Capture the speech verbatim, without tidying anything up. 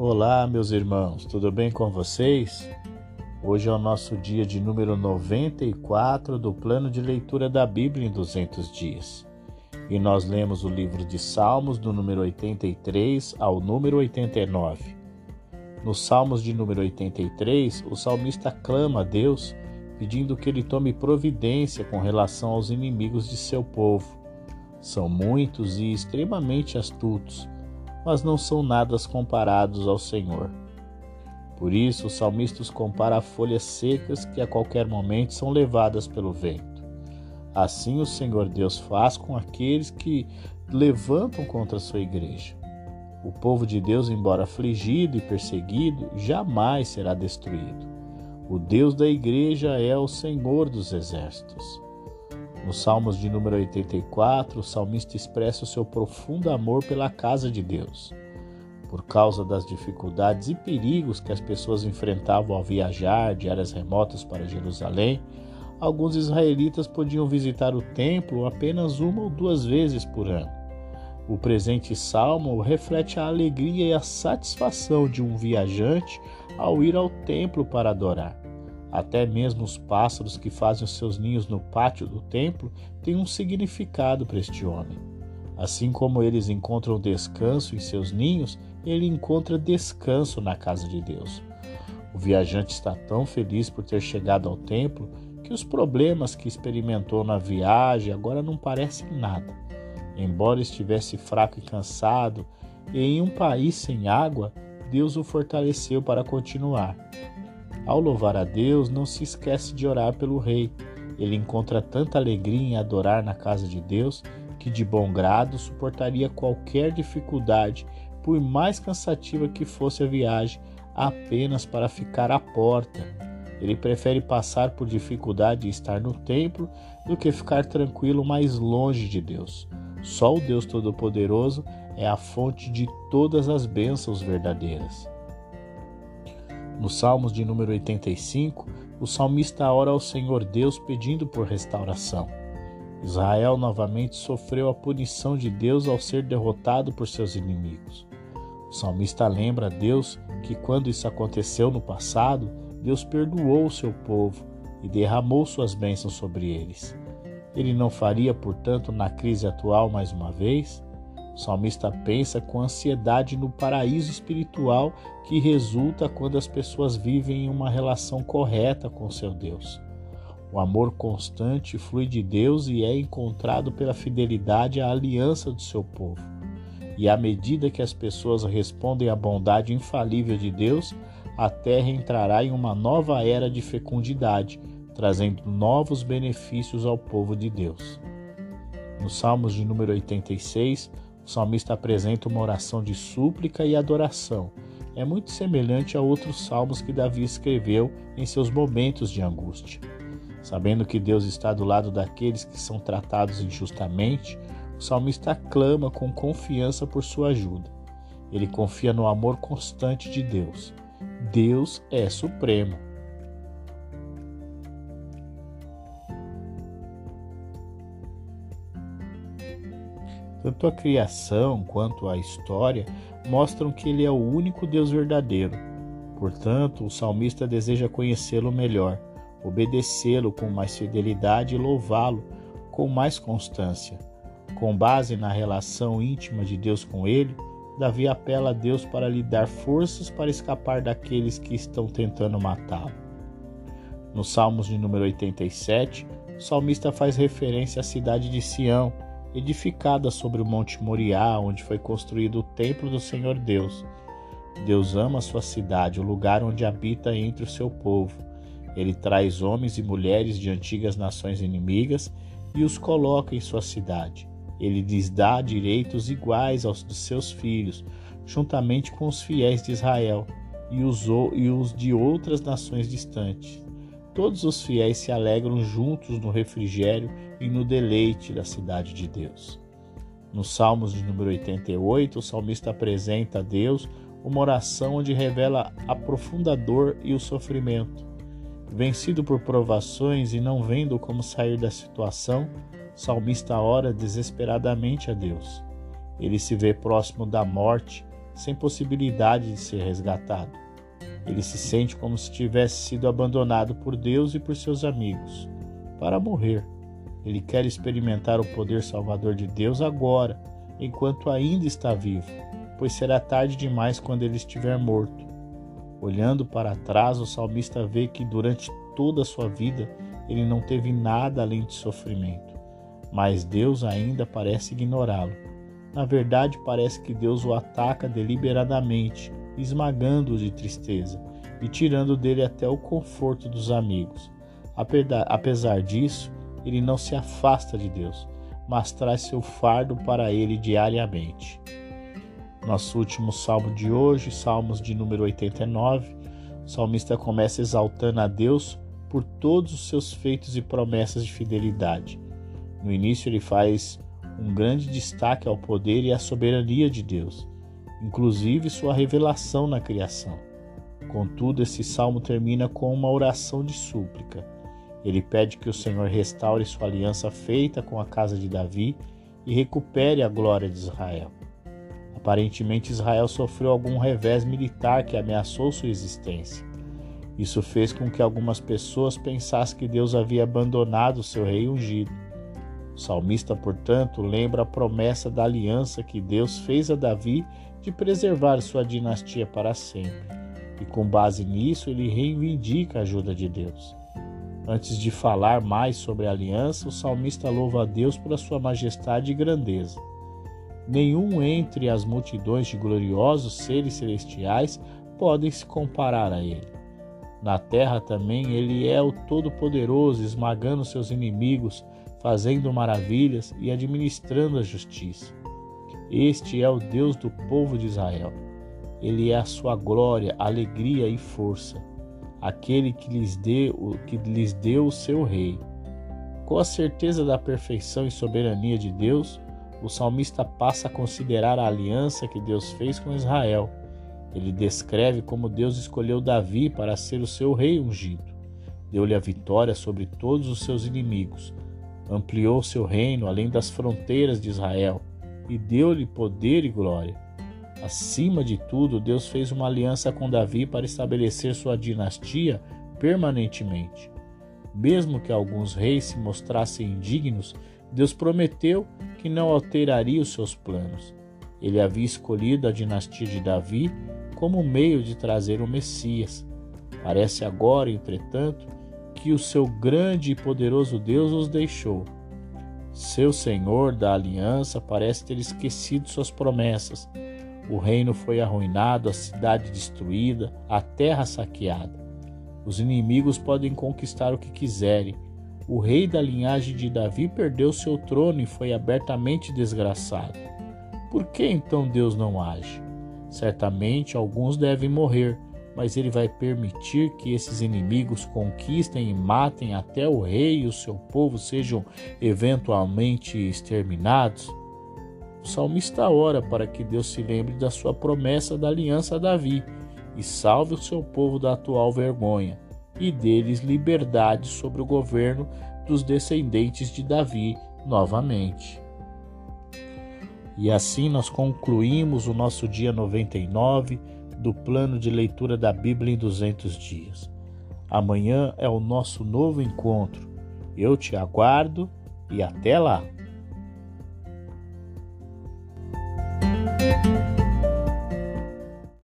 Olá, meus irmãos, tudo bem com vocês? Hoje é o nosso dia de número noventa e quatro do plano de leitura da Bíblia em duzentos dias. E nós lemos o livro de Salmos do número oitenta e três ao número oitenta e nove. Nos Salmos de número oitenta e três, o salmista clama a Deus pedindo que ele tome providência com relação aos inimigos de seu povo. São muitos e extremamente astutos, mas não são nada comparados ao Senhor. Por isso, o salmista os compara a folhas secas que a qualquer momento são levadas pelo vento. Assim o Senhor Deus faz com aqueles que levantam contra a sua igreja. O povo de Deus, embora afligido e perseguido, jamais será destruído. O Deus da igreja é o Senhor dos exércitos. Nos Salmos de número oitenta e quatro, o salmista expressa o seu profundo amor pela casa de Deus. Por causa das dificuldades e perigos que as pessoas enfrentavam ao viajar de áreas remotas para Jerusalém, alguns israelitas podiam visitar o templo apenas uma ou duas vezes por ano. O presente salmo reflete a alegria e a satisfação de um viajante ao ir ao templo para adorar. Até mesmo os pássaros que fazem os seus ninhos no pátio do templo têm um significado para este homem. Assim como eles encontram descanso em seus ninhos, ele encontra descanso na casa de Deus. O viajante está tão feliz por ter chegado ao templo que os problemas que experimentou na viagem agora não parecem nada. Embora estivesse fraco e cansado, e em um país sem água, Deus o fortaleceu para continuar. Ao louvar a Deus, não se esquece de orar pelo rei. Ele encontra tanta alegria em adorar na casa de Deus que de bom grado suportaria qualquer dificuldade, por mais cansativa que fosse a viagem, apenas para ficar à porta. Ele prefere passar por dificuldade e estar no templo do que ficar tranquilo mais longe de Deus. Só o Deus Todo-Poderoso é a fonte de todas as bênçãos verdadeiras. Nos Salmos de número oitenta e cinco, o salmista ora ao Senhor Deus pedindo por restauração. Israel novamente sofreu a punição de Deus ao ser derrotado por seus inimigos. O salmista lembra a Deus que quando isso aconteceu no passado, Deus perdoou o seu povo e derramou suas bênçãos sobre eles. Ele não faria, portanto, na crise atual mais uma vez? O salmista pensa com ansiedade no paraíso espiritual que resulta quando as pessoas vivem em uma relação correta com seu Deus. O amor constante flui de Deus e é encontrado pela fidelidade à aliança do seu povo. E à medida que as pessoas respondem à bondade infalível de Deus, a terra entrará em uma nova era de fecundidade, trazendo novos benefícios ao povo de Deus. Nos Salmos de número oitenta e seis, o salmista apresenta uma oração de súplica e adoração. É muito semelhante a outros salmos que Davi escreveu em seus momentos de angústia. Sabendo que Deus está do lado daqueles que são tratados injustamente, o salmista clama com confiança por sua ajuda. Ele confia no amor constante de Deus. Deus é supremo. Tanto a criação quanto a história mostram que Ele é o único Deus verdadeiro. Portanto, o salmista deseja conhecê-lo melhor, obedecê-lo com mais fidelidade e louvá-lo com mais constância. Com base na relação íntima de Deus com ele, Davi apela a Deus para lhe dar forças para escapar daqueles que estão tentando matá-lo. Nos Salmos de número oitenta e sete, o salmista faz referência à cidade de Sião, edificada sobre o Monte Moriá, onde foi construído o templo do Senhor Deus. Deus ama a sua cidade, o lugar onde habita entre o seu povo. Ele traz homens e mulheres de antigas nações inimigas e os coloca em sua cidade. Ele lhes dá direitos iguais aos dos seus filhos, juntamente com os fiéis de Israel e os, e os de outras nações distantes. Todos os fiéis se alegram juntos no refrigério e no deleite da cidade de Deus. Nos Salmos de número oitenta e oito, o salmista apresenta a Deus uma oração onde revela a profunda dor e o sofrimento. Vencido por provações e não vendo como sair da situação, o salmista ora desesperadamente a Deus. Ele se vê próximo da morte sem possibilidade de ser resgatado. Ele se sente como se tivesse sido abandonado por Deus e por seus amigos, para morrer. Ele quer experimentar o poder salvador de Deus agora, enquanto ainda está vivo, pois será tarde demais quando ele estiver morto. Olhando para trás, o salmista vê que durante toda a sua vida ele não teve nada além de sofrimento, mas Deus ainda parece ignorá-lo. Na verdade, parece que Deus o ataca deliberadamente, esmagando-o de tristeza e tirando dele até o conforto dos amigos. Apesar disso, ele não se afasta de Deus, mas traz seu fardo para ele diariamente. Nosso último salmo de hoje, Salmos de número oitenta e nove, o salmista começa exaltando a Deus por todos os seus feitos e promessas de fidelidade. No início ele faz um grande destaque ao poder e à soberania de Deus, inclusive sua revelação na criação. Contudo, esse salmo termina com uma oração de súplica. Ele pede que o Senhor restaure sua aliança feita com a casa de Davi e recupere a glória de Israel. Aparentemente, Israel sofreu algum revés militar que ameaçou sua existência. Isso fez com que algumas pessoas pensassem que Deus havia abandonado seu rei ungido. O salmista, portanto, lembra a promessa da aliança que Deus fez a Davi de preservar sua dinastia para sempre. E com base nisso, ele reivindica a ajuda de Deus. Antes de falar mais sobre a aliança, o salmista louva a Deus por sua majestade e grandeza. Nenhum entre as multidões de gloriosos seres celestiais podem se comparar a ele. Na terra também ele é o Todo-Poderoso, esmagando seus inimigos, fazendo maravilhas e administrando a justiça. Este é o Deus do povo de Israel. Ele é a sua glória, alegria e força, aquele que lhes deu, que lhes deu o seu rei. Com a certeza da perfeição e soberania de Deus, o salmista passa a considerar a aliança que Deus fez com Israel. Ele descreve como Deus escolheu Davi para ser o seu rei ungido. Deu-lhe a vitória sobre todos os seus inimigos. Ampliou seu reino além das fronteiras de Israel e deu-lhe poder e glória. Acima de tudo, Deus fez uma aliança com Davi para estabelecer sua dinastia permanentemente. Mesmo que alguns reis se mostrassem indignos, Deus prometeu que não alteraria os seus planos. Ele havia escolhido a dinastia de Davi como meio de trazer o Messias. Parece agora, entretanto, que o seu grande e poderoso Deus os deixou. Seu Senhor da aliança parece ter esquecido suas promessas. O reino foi arruinado, a cidade destruída, a terra saqueada. Os inimigos podem conquistar o que quiserem. O rei da linhagem de Davi perdeu seu trono e foi abertamente desgraçado. Por que então Deus não age? Certamente alguns devem morrer, mas ele vai permitir que esses inimigos conquistem e matem até o rei e o seu povo sejam eventualmente exterminados? O salmista ora para que Deus se lembre da sua promessa da aliança a Davi e salve o seu povo da atual vergonha e dê-lhes liberdade sobre o governo dos descendentes de Davi novamente. E assim nós concluímos o nosso dia noventa e nove do plano de leitura da Bíblia em duzentos dias. Amanhã é o nosso novo encontro. Eu te aguardo e até lá!